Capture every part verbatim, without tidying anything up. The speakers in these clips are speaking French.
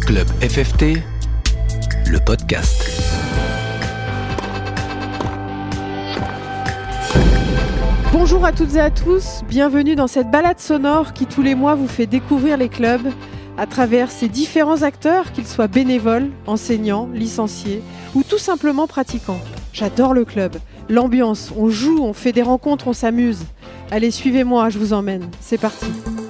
Club F F T, le podcast. Bonjour à toutes et à tous, bienvenue dans cette balade sonore qui tous les mois vous fait découvrir les clubs à travers ces différents acteurs, qu'ils soient bénévoles, enseignants, licenciés ou tout simplement pratiquants. J'adore le club, l'ambiance, on joue, on fait des rencontres, on s'amuse. Allez, suivez-moi, je vous emmène, c'est parti.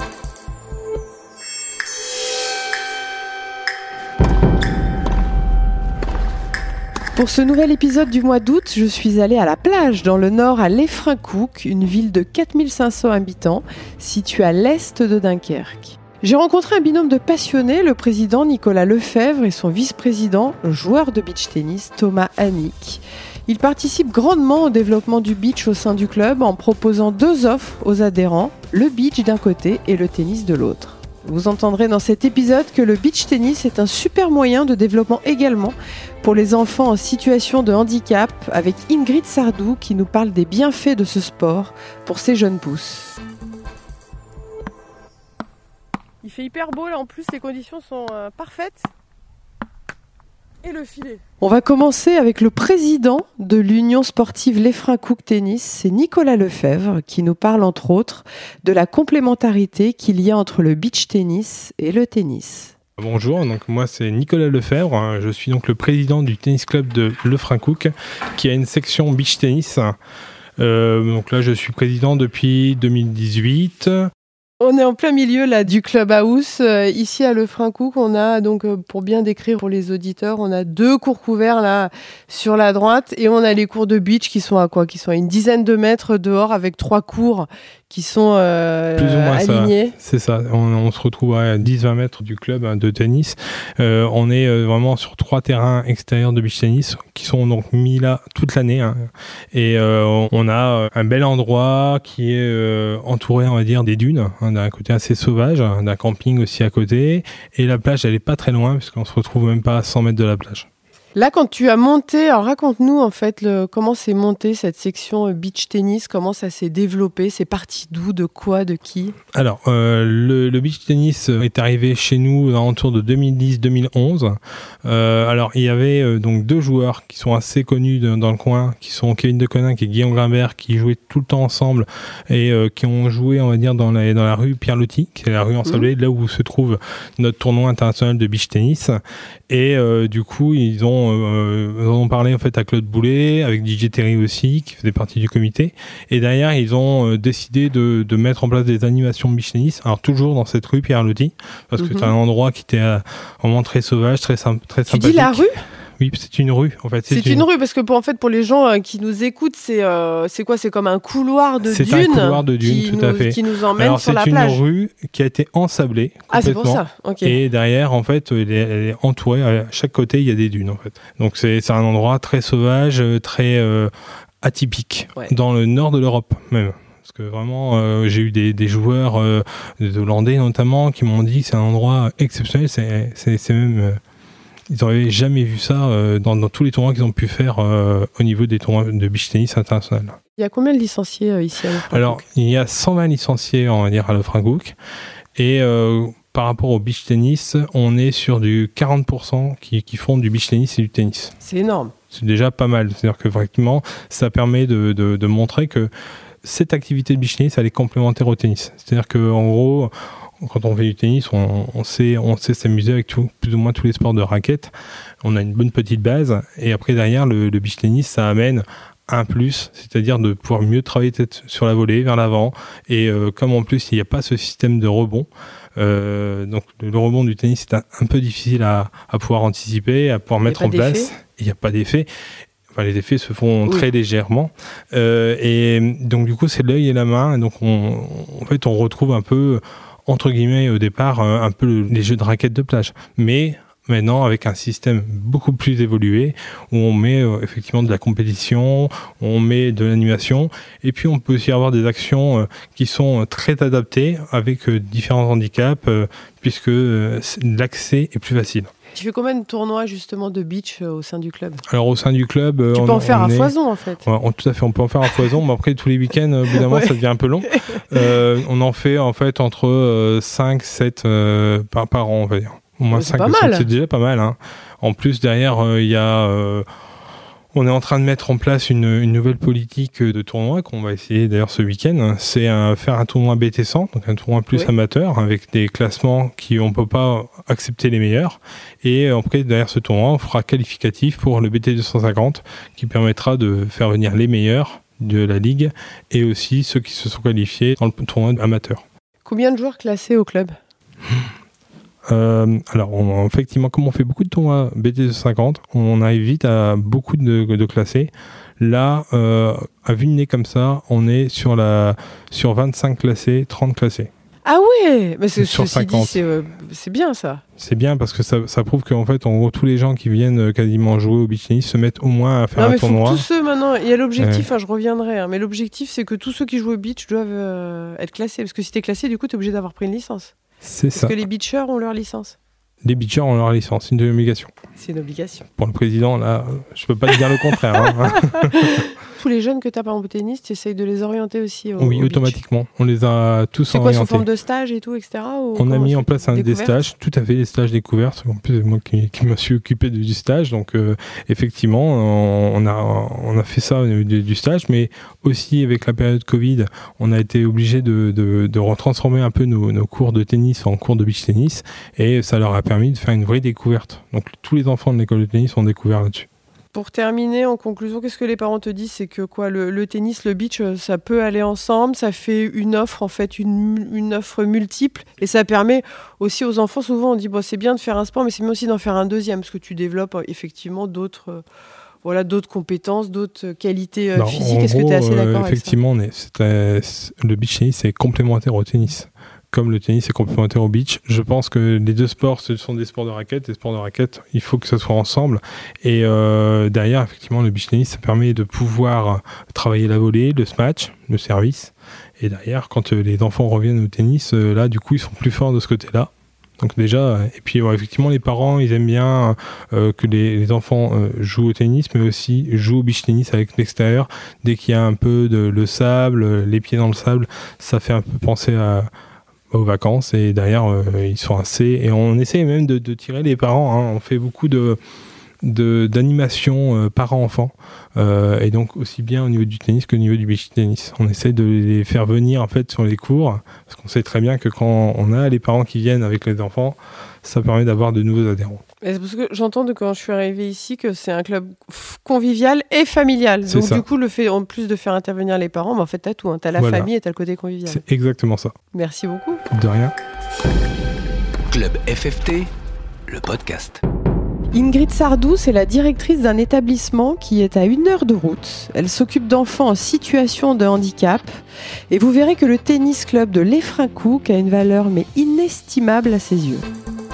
Pour ce nouvel épisode du mois d'août, je suis allée à la plage dans le nord à Lefrancouc, une ville de quatre mille cinq cents habitants située à l'est de Dunkerque. J'ai rencontré un binôme de passionnés, le président Nicolas Lefebvre et son vice-président, joueur de beach tennis Thomas Hannick. Ils participent grandement au développement du beach au sein du club en proposant deux offres aux adhérents, le beach d'un côté et le tennis de l'autre. Vous entendrez dans cet épisode que le beach tennis est un super moyen de développement également pour les enfants en situation de handicap, avec Ingrid Sardou qui nous parle des bienfaits de ce sport pour ces jeunes pousses. Il fait hyper beau là, en plus les conditions sont euh, parfaites. Et le filet. On va commencer avec le président de l'Union sportive Lefrancouc Tennis, c'est Nicolas Lefebvre, qui nous parle entre autres de la complémentarité qu'il y a entre le beach tennis et le tennis. Bonjour, donc moi c'est Nicolas Lefebvre, je suis donc le président du tennis club de Lefrancouc qui a une section beach tennis. Euh, donc là je suis président depuis deux mille dix-huit. On est en plein milieu là du clubhouse. Euh, ici à Lefrancouc, on a donc euh, pour bien décrire pour les auditeurs, on a deux cours couverts là sur la droite et on a les cours de beach qui sont à quoi Qui sont à une dizaine de mètres dehors avec trois cours qui sont euh, plus ou moins alignés. Ça, c'est ça. On, on se retrouve à dix à vingt mètres du club hein, de tennis. Euh, on est euh, vraiment sur trois terrains extérieurs de beach tennis qui sont donc mis là toute l'année. Hein. Et euh, on a un bel endroit qui est euh, entouré, on va dire, des dunes. Hein, d'un côté assez sauvage, hein, d'un camping aussi à côté. Et la plage, elle est pas très loin puisqu'on se retrouve même pas à cent mètres de la plage. Là, quand tu as monté, alors raconte-nous en fait le, comment s'est montée cette section beach tennis, comment ça s'est développé, c'est parti d'où, de quoi, de qui ? Alors, euh, le, le beach tennis est arrivé chez nous aux alentours de deux mille dix deux mille onze. Euh, alors, il y avait euh, donc deux joueurs qui sont assez connus de, dans le coin, qui sont Kevin Deconinck et Guillaume Grimbert, qui jouaient tout le temps ensemble et euh, qui ont joué, on va dire, dans la, dans la rue Pierre-Loti, qui est la rue ensablée, mmh. là où se trouve notre tournoi international de beach tennis. Et euh, du coup, ils ont Euh, nous en ont parlé en fait à Claude Boulet, avec D J Terry aussi, qui faisait partie du comité. Et derrière, ils ont euh, décidé de, de mettre en place des animations beach tennis. Alors toujours dans cette rue Pierre-Loti, parce mm-hmm. que c'est un endroit qui était euh, vraiment très sauvage, très, symp- très tu sympathique. Tu dis la rue ? Oui, c'est une rue en fait. C'est, c'est une... une rue parce que pour en fait pour les gens euh, qui nous écoutent, c'est euh, c'est quoi ? C'est comme un couloir de c'est dunes. C'est un couloir de dunes, tout nous, à fait. Qui nous emmène Alors, sur la plage. C'est une rue qui a été ensablée complètement. Ah, c'est pour ça. Ok. Et derrière, en fait, elle est, elle est entourée. À chaque côté, il y a des dunes en fait. Donc c'est, c'est un endroit très sauvage, très euh, atypique ouais. dans le nord de l'Europe même. Parce que vraiment, euh, j'ai eu des, des joueurs euh, hollandais notamment qui m'ont dit que c'est un endroit exceptionnel. C'est, c'est, c'est même euh, ils n'avaient jamais vu ça euh, dans, dans tous les tournois qu'ils ont pu faire euh, au niveau des tournois de beach tennis international. Il y a combien de licenciés euh, ici à Lefrancouc ? Alors, il y a cent vingt licenciés, on va dire, à Lefrancouc. Et euh, par rapport au beach tennis, on est sur du quarante pour cent qui, qui font du beach tennis et du tennis. C'est énorme. C'est déjà pas mal. C'est-à-dire que, effectivement, ça permet de, de, de montrer que cette activité de beach tennis, elle est complémentaire au tennis. C'est-à-dire qu'en gros, quand on fait du tennis, on, on, sait, on sait s'amuser avec tout, plus ou moins tous les sports de raquettes. On a une bonne petite base. Et après, derrière, le, le beach tennis, ça amène un plus, c'est-à-dire de pouvoir mieux travailler peut-être sur la volée, vers l'avant. Et euh, comme en plus, il n'y a pas ce système de rebond, euh, donc le, le rebond du tennis, c'est un, un peu difficile à, à pouvoir anticiper, à pouvoir mettre en place. Il n'y a pas d'effet. Enfin, les effets se font oui. très légèrement. Euh, et donc, du coup, c'est l'œil et la main. Donc, on, en fait, on retrouve un peu, entre guillemets, au départ, un peu le, les jeux de raquettes de plage. Mais maintenant, avec un système beaucoup plus évolué, où on met euh, effectivement de la compétition, on met de l'animation, et puis on peut aussi avoir des actions euh, qui sont très adaptées avec euh, différents handicaps, euh, puisque euh, l'accès est plus facile. Tu fais combien de tournois justement de beach euh, au sein du club ? Alors au sein du club, tu on, peux en faire à est... foison en fait. Ouais, on, tout à fait, on peut en faire à foison, mais après tous les week-ends, au bout d'un moment, ouais. ça devient un peu long. Euh, on en fait en fait entre euh, cinq sept euh, par, par an, on va dire. Au moins c'est cinq pas leçons, mal. C'est déjà pas mal. Hein. En plus, derrière, il euh, y a... Euh, on est en train de mettre en place une, une nouvelle politique de tournoi qu'on va essayer d'ailleurs ce week-end. C'est un, faire un tournoi B T cent, donc un tournoi plus oui. amateur, avec des classements qui on ne peut pas accepter les meilleurs. Et après, derrière ce tournoi, on fera qualificatif pour le B T deux cent cinquante, qui permettra de faire venir les meilleurs de la ligue et aussi ceux qui se sont qualifiés dans le tournoi amateur. Combien de joueurs classés au club ? Euh, alors, on, effectivement, comme on fait beaucoup de tournois B T deux cent cinquante, on arrive vite à beaucoup de, de classés. Là, euh, à vue de nez comme ça, on est sur, la, sur vingt-cinq classés, trente classés. Ah ouais, mais c'est, sur cinquante. Dit, c'est, euh, c'est bien ça. C'est bien parce que ça, ça prouve qu'en fait, en gros, tous les gens qui viennent quasiment jouer au beach tennis se mettent au moins à faire non, un tournoi. Non, mais tous ceux maintenant, il y a l'objectif, ouais. hein, je reviendrai, hein, mais l'objectif, c'est que tous ceux qui jouent au beach doivent euh, être classés. Parce que si t'es classé, du coup, t'es obligé d'avoir pris une licence. C'est Parce ça. que les beachers ont leur licence. Les beachers ont leur licence, c'est une obligation. C'est une obligation. Pour le président, là, je peux pas te dire le contraire. Hein. Tous les jeunes que tu as par exemple au tennis, tu essayes de les orienter aussi au Oui, au automatiquement. On les a tous c'est orientés. C'est quoi, sous forme de stage et tout, et cetera. On a mis en place un, des stages, tout à fait, des stages découvertes. En plus, c'est moi qui, qui me suis occupé du stage. Donc, euh, effectivement, on a, on a fait ça du, du stage. Mais aussi, avec la période Covid, on a été obligé de, de, de retransformer un peu nos, nos cours de tennis en cours de beach tennis. Et ça leur a permis de faire une vraie découverte. Donc, tous les enfants de l'école de tennis ont découvert là-dessus. Pour terminer, en conclusion, qu'est-ce que les parents te disent ? C'est que quoi, le, le tennis, le beach, ça peut aller ensemble, ça fait une offre, en fait, une, une offre multiple, et ça permet aussi aux enfants, souvent on dit, bon, c'est bien de faire un sport, mais c'est bien aussi d'en faire un deuxième, parce que tu développes effectivement d'autres, euh, voilà, d'autres compétences, d'autres qualités euh, non, physiques. Est-ce gros, que tu es assez d'accord euh, effectivement, avec ça ? Effectivement, le beach tennis, c'est complémentaire au tennis. Comme le tennis est complémentaire au beach, je pense que les deux sports, ce sont des sports de raquettes. Les sports de raquettes, il faut que ça soit ensemble. Et euh, derrière, effectivement, le beach tennis, ça permet de pouvoir travailler la volée, le smash, le service. Et derrière, quand les enfants reviennent au tennis, là, du coup, ils sont plus forts de ce côté-là. Donc déjà, et puis ouais, effectivement, les parents, ils aiment bien euh, que les, les enfants euh, jouent au tennis, mais aussi jouent au beach tennis avec l'extérieur. Dès qu'il y a un peu de le sable, les pieds dans le sable, ça fait un peu penser à aux vacances et derrière euh, ils sont assez et on essaie même de, de tirer les parents hein. On fait beaucoup de, de d'animation euh, parents-enfants euh, et donc aussi bien au niveau du tennis qu'au niveau du beach tennis on essaie de les faire venir en fait sur les cours parce qu'on sait très bien que quand on a les parents qui viennent avec les enfants ça permet d'avoir de nouveaux adhérents. Et c'est parce que j'entends de quand je suis arrivée ici que c'est un club convivial et familial. C'est donc ça. Du coup, le fait en plus de faire intervenir les parents, bah en fait, t'as tout. Hein. T'as la voilà. famille et t'as le côté convivial. C'est exactement ça. Merci beaucoup. De rien. Club F F T, le podcast. Ingrid Sardou, c'est la directrice d'un établissement qui est à une heure de route. Elle s'occupe d'enfants en situation de handicap. Et vous verrez que le tennis club de Lefrancouc a une valeur mais inestimable à ses yeux.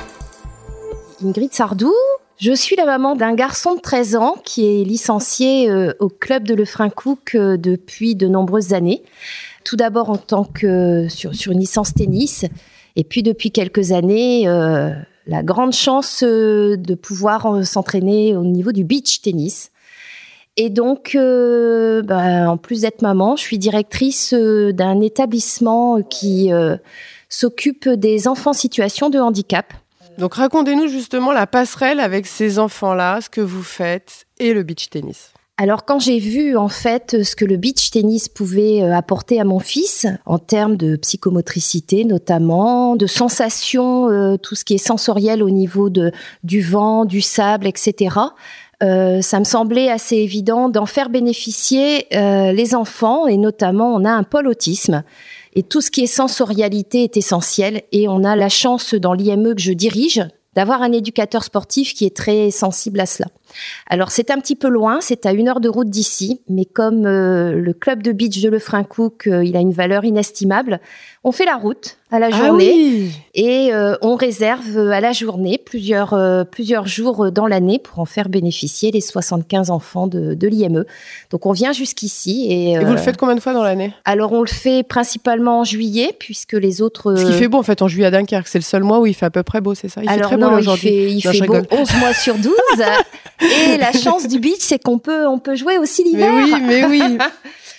Ingrid Sardou, je suis la maman d'un garçon de treize ans qui est licencié euh, au club de Lefrancouc euh, depuis de nombreuses années. Tout d'abord en tant que sur, sur une licence tennis, et puis depuis quelques années, euh, la grande chance euh, de pouvoir euh, s'entraîner au niveau du beach tennis. Et donc, euh, bah, en plus d'être maman, je suis directrice euh, d'un établissement qui euh, s'occupe des enfants en situation de handicap. Donc racontez-nous justement la passerelle avec ces enfants-là, ce que vous faites et le beach tennis. Alors quand j'ai vu en fait ce que le beach tennis pouvait apporter à mon fils en termes de psychomotricité notamment, de sensations, euh, tout ce qui est sensoriel au niveau de, du vent, du sable, et cetera, euh, ça me semblait assez évident d'en faire bénéficier euh, les enfants et notamment on a un pôle autisme. Et tout ce qui est sensorialité est essentiel. Et on a la chance dans l'I M E que je dirige d'avoir un éducateur sportif qui est très sensible à cela. Alors c'est un petit peu loin, c'est à une heure de route d'ici, mais comme euh, le club de beach de Lefrancouc, euh, il a une valeur inestimable, on fait la route à la journée. Ah oui. Et euh, on réserve à la journée plusieurs, euh, plusieurs jours dans l'année pour en faire bénéficier les soixante-quinze enfants de, de l'I M E. Donc on vient jusqu'ici. Et, euh, et vous le faites combien de fois dans l'année ? Alors on le fait principalement en juillet, puisque les autres... Parce qu'il fait beau en fait en juillet à Dunkerque, c'est le seul mois où il fait à peu près beau, c'est ça ? Il alors fait très non, beau il aujourd'hui. fait, il non, fait beau onze mois sur douze. Et la chance du beach, c'est qu'on peut, on peut jouer aussi l'hiver. Mais oui, mais oui.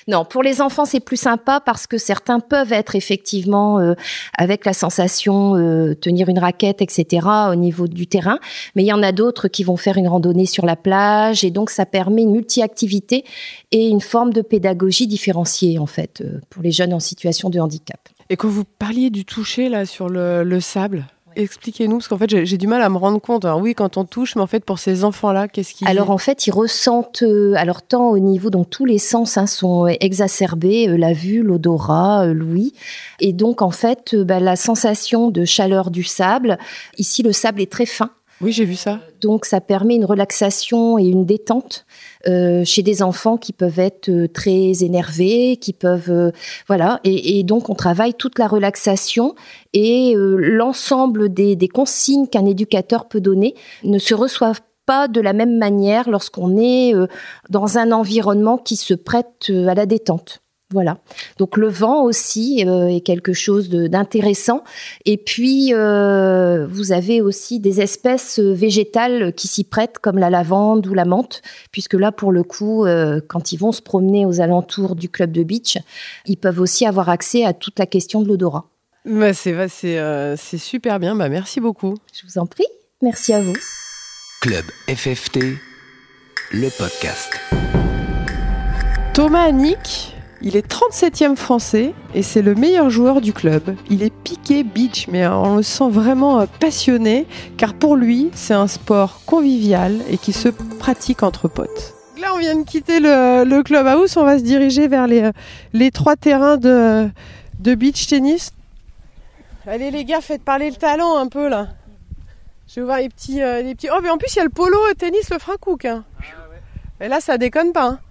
Non, pour les enfants, c'est plus sympa parce que certains peuvent être effectivement euh, avec la sensation euh, tenir une raquette, et cetera au niveau du terrain. Mais il y en a d'autres qui vont faire une randonnée sur la plage et donc ça permet une multi-activité et une forme de pédagogie différenciée en fait euh, pour les jeunes en situation de handicap. Et quand vous parliez du toucher là sur le, le sable, expliquez-nous, parce qu'en fait, j'ai, j'ai du mal à me rendre compte. Alors oui, quand on touche, mais en fait, pour ces enfants-là, qu'est-ce qu'ils... Alors en fait, ils ressentent, euh, alors tant au niveau, donc tous les sens hein, sont exacerbés, euh, la vue, l'odorat, euh, l'ouïe. Et donc en fait, euh, bah, la sensation de chaleur du sable, ici le sable est très fin. Oui, j'ai vu ça. Donc ça permet une relaxation et une détente euh, chez des enfants qui peuvent être euh, très énervés, qui peuvent euh, voilà et, et donc on travaille toute la relaxation et euh, l'ensemble des, des consignes qu'un éducateur peut donner ne se reçoivent pas de la même manière lorsqu'on est euh, dans un environnement qui se prête euh, à la détente. Voilà. Donc le vent aussi euh, est quelque chose de, d'intéressant. Et puis euh, vous avez aussi des espèces végétales qui s'y prêtent, comme la lavande ou la menthe, puisque là pour le coup, euh, quand ils vont se promener aux alentours du club de beach, ils peuvent aussi avoir accès à toute la question de l'odorat. Bah, c'est c'est, euh, c'est super bien. Bah, merci beaucoup. Je vous en prie. Merci à vous. Club F F T, le podcast. Thomas Annick. Il est trente-septième français et c'est le meilleur joueur du club. Il est piqué beach, mais on le sent vraiment passionné, car pour lui, c'est un sport convivial et qui se pratique entre potes. Là, on vient de quitter le, le clubhouse, on va se diriger vers les, les trois terrains de, de beach tennis. Allez les gars, faites parler le talent un peu là. Je vais voir les petits, euh, les petits... Oh, mais en plus, il y a le polo tennis, le Francouk. Hein. Ah, ouais. Et là, ça déconne pas. Hein.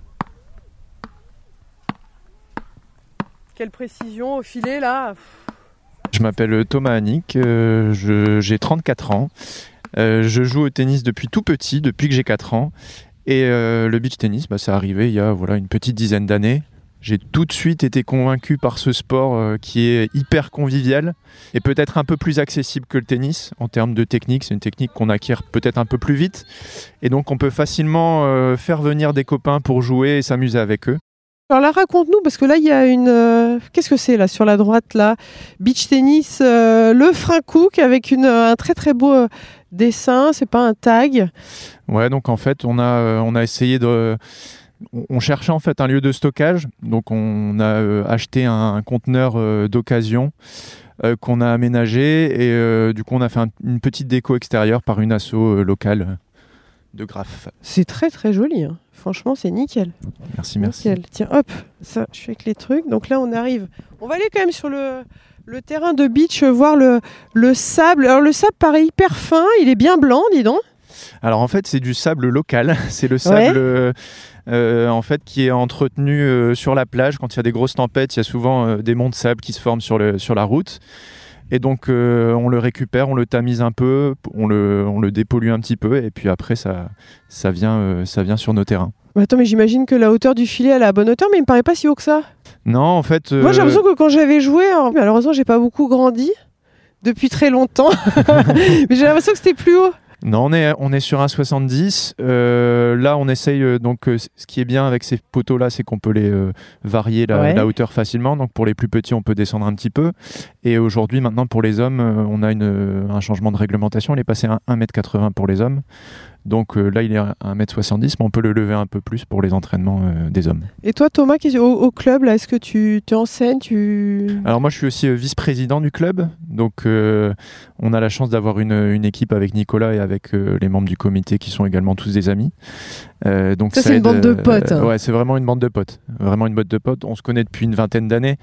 Quelle précision au filet là. Je m'appelle Thomas Annick, euh, je, j'ai trente-quatre ans. Euh, je joue au tennis depuis tout petit, depuis que j'ai quatre ans. Et euh, le beach tennis, bah, c'est arrivé il y a voilà, une petite dizaine d'années. J'ai tout de suite été convaincu par ce sport euh, qui est hyper convivial et peut-être un peu plus accessible que le tennis en termes de technique. C'est une technique qu'on acquiert peut-être un peu plus vite. Et donc on peut facilement euh, faire venir des copains pour jouer et s'amuser avec eux. Alors là, raconte-nous, parce que là, il y a une... Euh, qu'est-ce que c'est, là, sur la droite, là ? Beach tennis, euh, le Francouk, avec une, un très, très beau euh, dessin. C'est pas un tag ? Ouais, donc en fait, on a, euh, on a essayé de... On cherchait en fait un lieu de stockage. Donc on a euh, acheté un, un conteneur euh, d'occasion euh, qu'on a aménagé. Et euh, du coup, on a fait un, une petite déco extérieure par une asso euh, locale de Graff. C'est très, très joli, hein. Franchement, c'est nickel. Merci, merci. Nickel. Tiens, hop, ça, je fais avec les trucs. Donc là, on arrive. On va aller quand même sur le, le terrain de beach, voir le, le sable. Alors, le sable paraît hyper fin. Il est bien blanc, dis donc. Alors, en fait, c'est du sable local. C'est le sable ouais. euh, euh, en fait, qui est entretenu euh, sur la plage. Quand il y a des grosses tempêtes, il y a souvent euh, des monts de sable qui se forment sur, le, sur la route. Et donc, euh, on le récupère, on le tamise un peu, on le, on le dépollue un petit peu, et puis après, ça, ça, vient, euh, ça vient sur nos terrains. Mais attends, mais j'imagine que la hauteur du filet, elle est à la bonne hauteur, mais il me paraît pas si haut que ça. Non, en fait... Euh... Moi, j'ai l'impression que quand j'avais joué, alors, malheureusement, j'ai pas beaucoup grandi depuis très longtemps, mais j'ai l'impression que c'était plus haut. Non, on est, on est sur un soixante-dix. Euh, là, on essaye. Euh, donc, euh, ce qui est bien avec ces poteaux-là, c'est qu'on peut les euh, varier la, ouais. la hauteur facilement. Donc, pour les plus petits, on peut descendre un petit peu. Et aujourd'hui, maintenant, pour les hommes, euh, on a une, euh, un changement de réglementation. On est passé à un mètre quatre-vingts pour les hommes. Donc euh, là, il est à un mètre soixante-dix, mais on peut le lever un peu plus pour les entraînements euh, des hommes. Et toi, Thomas, au, au club, là, est-ce que tu, tu enseignes tu... Alors moi, je suis aussi euh, vice-président du club. Donc, euh, on a la chance d'avoir une, une équipe avec Nicolas et avec euh, les membres du comité qui sont également tous des amis. Euh, donc ça, ça c'est aide, une bande de potes. Hein. Euh, ouais, c'est vraiment une bande de potes. Vraiment une bande de potes. On se connaît depuis une vingtaine d'années.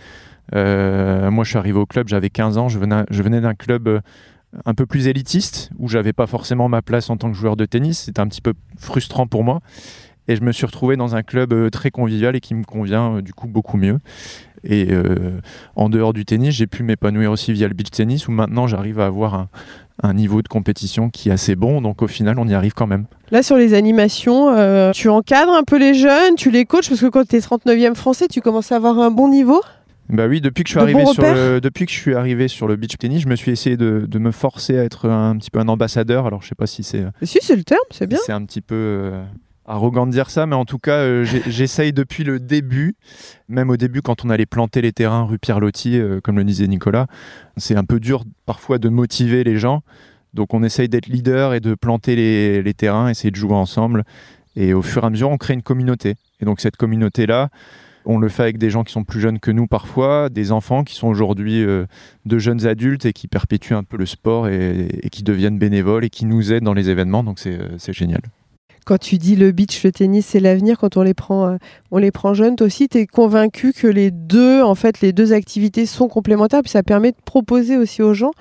Euh, moi, je suis arrivé au club, j'avais quinze ans. Je venais, je venais d'un club... Euh, un peu plus élitiste, où j'avais pas forcément ma place en tant que joueur de tennis. C'était un petit peu frustrant pour moi. Et je me suis retrouvé dans un club euh, très convivial et qui me convient euh, du coup beaucoup mieux. Et euh, en dehors du tennis, j'ai pu m'épanouir aussi via le beach tennis, où maintenant j'arrive à avoir un, un niveau de compétition qui est assez bon. Donc au final, on y arrive quand même. Là, sur les animations, euh, tu encadres un peu les jeunes, tu les coaches, parce que quand tu es trente-neuvième français, tu commences à avoir un bon niveau. Bah oui, depuis que je suis arrivé sur le, depuis que je suis arrivé sur le beach tennis, je me suis essayé de, de me forcer à être un petit peu un ambassadeur. Alors je sais pas si c'est si c'est le terme, c'est bien. C'est un petit peu euh, arrogant de dire ça, mais en tout cas, euh, j'ai, j'essaye depuis le début, même au début quand on allait planter les terrains rue Pierre-Loti, euh, comme le disait Nicolas, c'est un peu dur parfois de motiver les gens. Donc on essaye d'être leader et de planter les, les terrains, essayer de jouer ensemble. Et au fur et à mesure, on crée une communauté. Et donc cette communauté-là, on le fait avec des gens qui sont plus jeunes que nous parfois, des enfants qui sont aujourd'hui euh, de jeunes adultes et qui perpétuent un peu le sport et, et qui deviennent bénévoles et qui nous aident dans les événements. Donc c'est, c'est génial. Quand tu dis le beach, le tennis, c'est l'avenir, quand on les prend, euh, on les prend jeunes, toi aussi, tu es convaincu que les deux, en fait, les deux activités sont complémentaires, puis ça permet de proposer aussi aux gens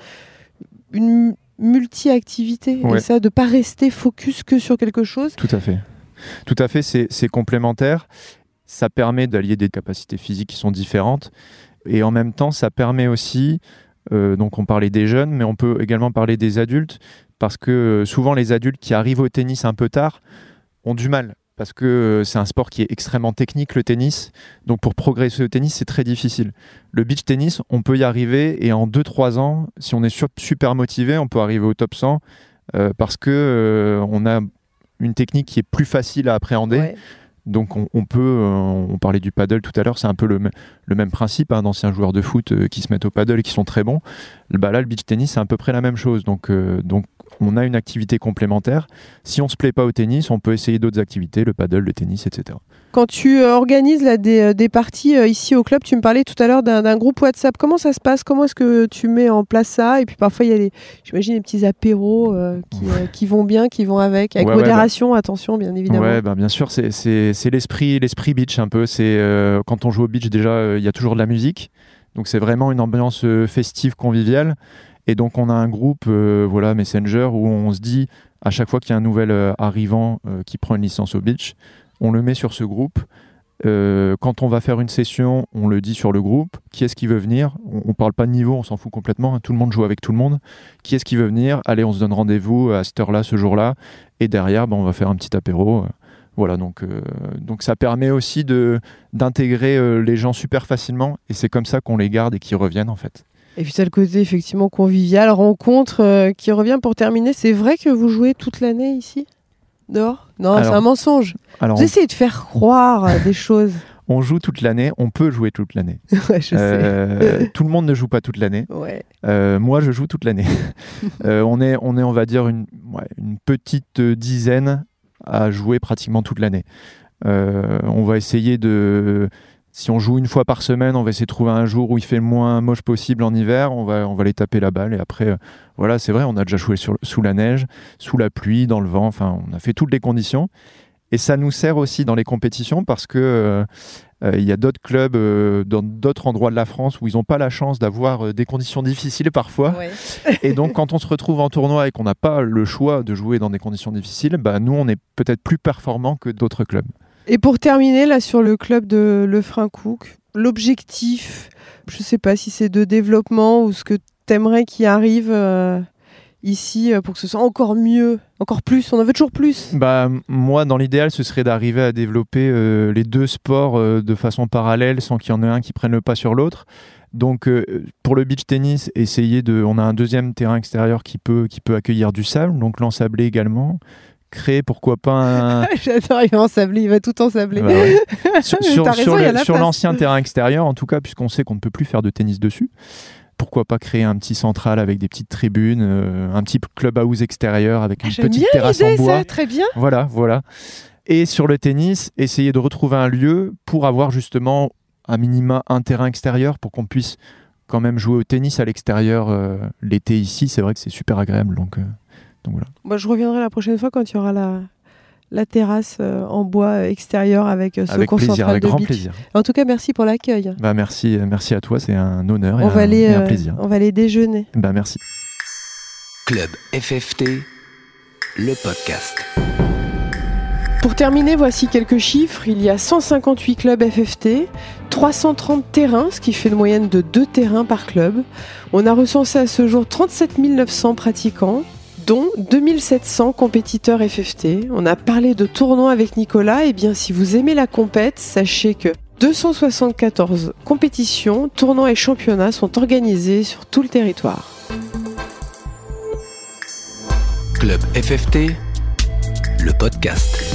une multi-activité. Ouais. Et ça, de ne pas rester focus que sur quelque chose. Tout à fait. Tout à fait, c'est, c'est complémentaire. Ça permet d'allier des capacités physiques qui sont différentes. Et en même temps, ça permet aussi, euh, donc on parlait des jeunes, mais on peut également parler des adultes, parce que euh, souvent les adultes qui arrivent au tennis un peu tard ont du mal, parce que euh, c'est un sport qui est extrêmement technique, le tennis. Donc pour progresser au tennis, c'est très difficile. Le beach tennis, on peut y arriver, et en deux trois ans, si on est sur, super motivé, on peut arriver au top cent, euh, parce qu'on euh, a une technique qui est plus facile à appréhender. Ouais. Donc on, on peut, euh, on parlait du paddle tout à l'heure, c'est un peu le, le même principe, hein, d'anciens joueurs de foot euh, qui se mettent au paddle et qui sont très bons. Bah là, le beach tennis, c'est à peu près la même chose. Donc, euh, donc on a une activité complémentaire. Si on ne se plaît pas au tennis, on peut essayer d'autres activités, le paddle, le tennis, et cetera. Quand tu euh, organises là, des, des parties euh, ici au club, tu me parlais tout à l'heure d'un, d'un groupe WhatsApp. Comment ça se passe ? Comment est-ce que tu mets en place ça ? Et puis parfois, il y a les, j'imagine, les petits apéros euh, qui, euh, qui vont bien, qui vont avec, avec ouais, modération, ouais, bah, attention, bien évidemment. Ouais, bah, bien sûr, c'est, c'est, c'est l'esprit, l'esprit beach un peu. C'est, euh, quand on joue au beach, déjà, il euh, y a toujours de la musique. Donc c'est vraiment une ambiance euh, festive, conviviale. Et donc on a un groupe euh, voilà, Messenger où on se dit, à chaque fois qu'il y a un nouvel euh, arrivant euh, qui prend une licence au beach, on le met sur ce groupe. Euh, quand on va faire une session, on le dit sur le groupe. Qui est-ce qui veut venir ? On ne parle pas de niveau, on s'en fout complètement. Hein. Tout le monde joue avec tout le monde. Qui est-ce qui veut venir ? Allez, on se donne rendez-vous à cette heure-là, ce jour-là. Et derrière, ben, on va faire un petit apéro. Voilà, donc, euh, donc ça permet aussi de, d'intégrer euh, les gens super facilement. Et c'est comme ça qu'on les garde et qu'ils reviennent, en fait. Et puis ça, le côté effectivement convivial, rencontre euh, qui revient. Pour terminer, c'est vrai que vous jouez toute l'année ici ? Dehors ? Non, alors, c'est un mensonge. Alors, vous on... essayez de faire croire des choses. On joue toute l'année, on peut jouer toute l'année. Ouais, je euh, sais. Tout le monde ne joue pas toute l'année. Ouais. Euh, moi, je joue toute l'année. euh, on, est, on est, on va dire, une, ouais, une petite dizaine à jouer pratiquement toute l'année. Euh, on va essayer de... Si on joue une fois par semaine, on va essayer de trouver un jour où il fait le moins moche possible en hiver. On va, on va les taper la balle. Et après, euh, voilà, c'est vrai, on a déjà joué sur, sous la neige, sous la pluie, dans le vent. Enfin, on a fait toutes les conditions. Et ça nous sert aussi dans les compétitions parce qu'il euh, euh, y a d'autres clubs euh, dans d'autres endroits de la France où ils n'ont pas la chance d'avoir euh, des conditions difficiles parfois. Ouais. Et donc, quand on se retrouve en tournoi et qu'on n'a pas le choix de jouer dans des conditions difficiles, bah, nous, on est peut-être plus performants que d'autres clubs. Et pour terminer, là, sur le club de Lefrancouc, l'objectif, je ne sais pas si c'est de développement ou ce que tu aimerais qu'il arrive euh, ici euh, pour que ce soit encore mieux, encore plus, on en veut toujours plus. Bah, moi, dans l'idéal, ce serait d'arriver à développer euh, les deux sports euh, de façon parallèle sans qu'il y en ait un qui prenne le pas sur l'autre. Donc, euh, pour le beach tennis, essayer de... On a un deuxième terrain extérieur qui peut, qui peut accueillir du sable, donc l'ensablé également. Créer pourquoi pas un... J'adore, il va ensabler, il va tout ensabler. Bah ouais. Sur, sur, raison, sur, le, sur l'ancien terrain extérieur, en tout cas, puisqu'on sait qu'on ne peut plus faire de tennis dessus, pourquoi pas créer un petit central avec des petites tribunes, euh, un petit clubhouse extérieur avec une J'aime petite bien terrasse l'idée, en bois. Ça, très bien. Voilà, voilà. Et sur le tennis, essayer de retrouver un lieu pour avoir justement un minima un terrain extérieur pour qu'on puisse quand même jouer au tennis à l'extérieur euh, l'été ici. C'est vrai que c'est super agréable, donc... Euh... Donc voilà. Moi, je reviendrai la prochaine fois quand il y aura la, la terrasse euh, en bois extérieur avec euh, ce avec cours plaisir, central avec de grand beach. plaisir. En tout cas, merci pour l'accueil. Bah merci, merci à toi, c'est un honneur et, on un, va aller, et un euh, plaisir. On va aller déjeuner. Bah merci. Club F F T, le podcast. Pour terminer, voici quelques chiffres. Il y a cent cinquante-huit clubs F F T, trois cent trente terrains, ce qui fait une moyenne de deux terrains par club. On a recensé à ce jour trente-sept mille neuf cents pratiquants, dont deux mille sept cents compétiteurs F F T. On a parlé de tournois avec Nicolas. Et bien, si vous aimez la compète, sachez que deux cent soixante-quatorze compétitions, tournois et championnats sont organisés sur tout le territoire. Club F F T, le podcast.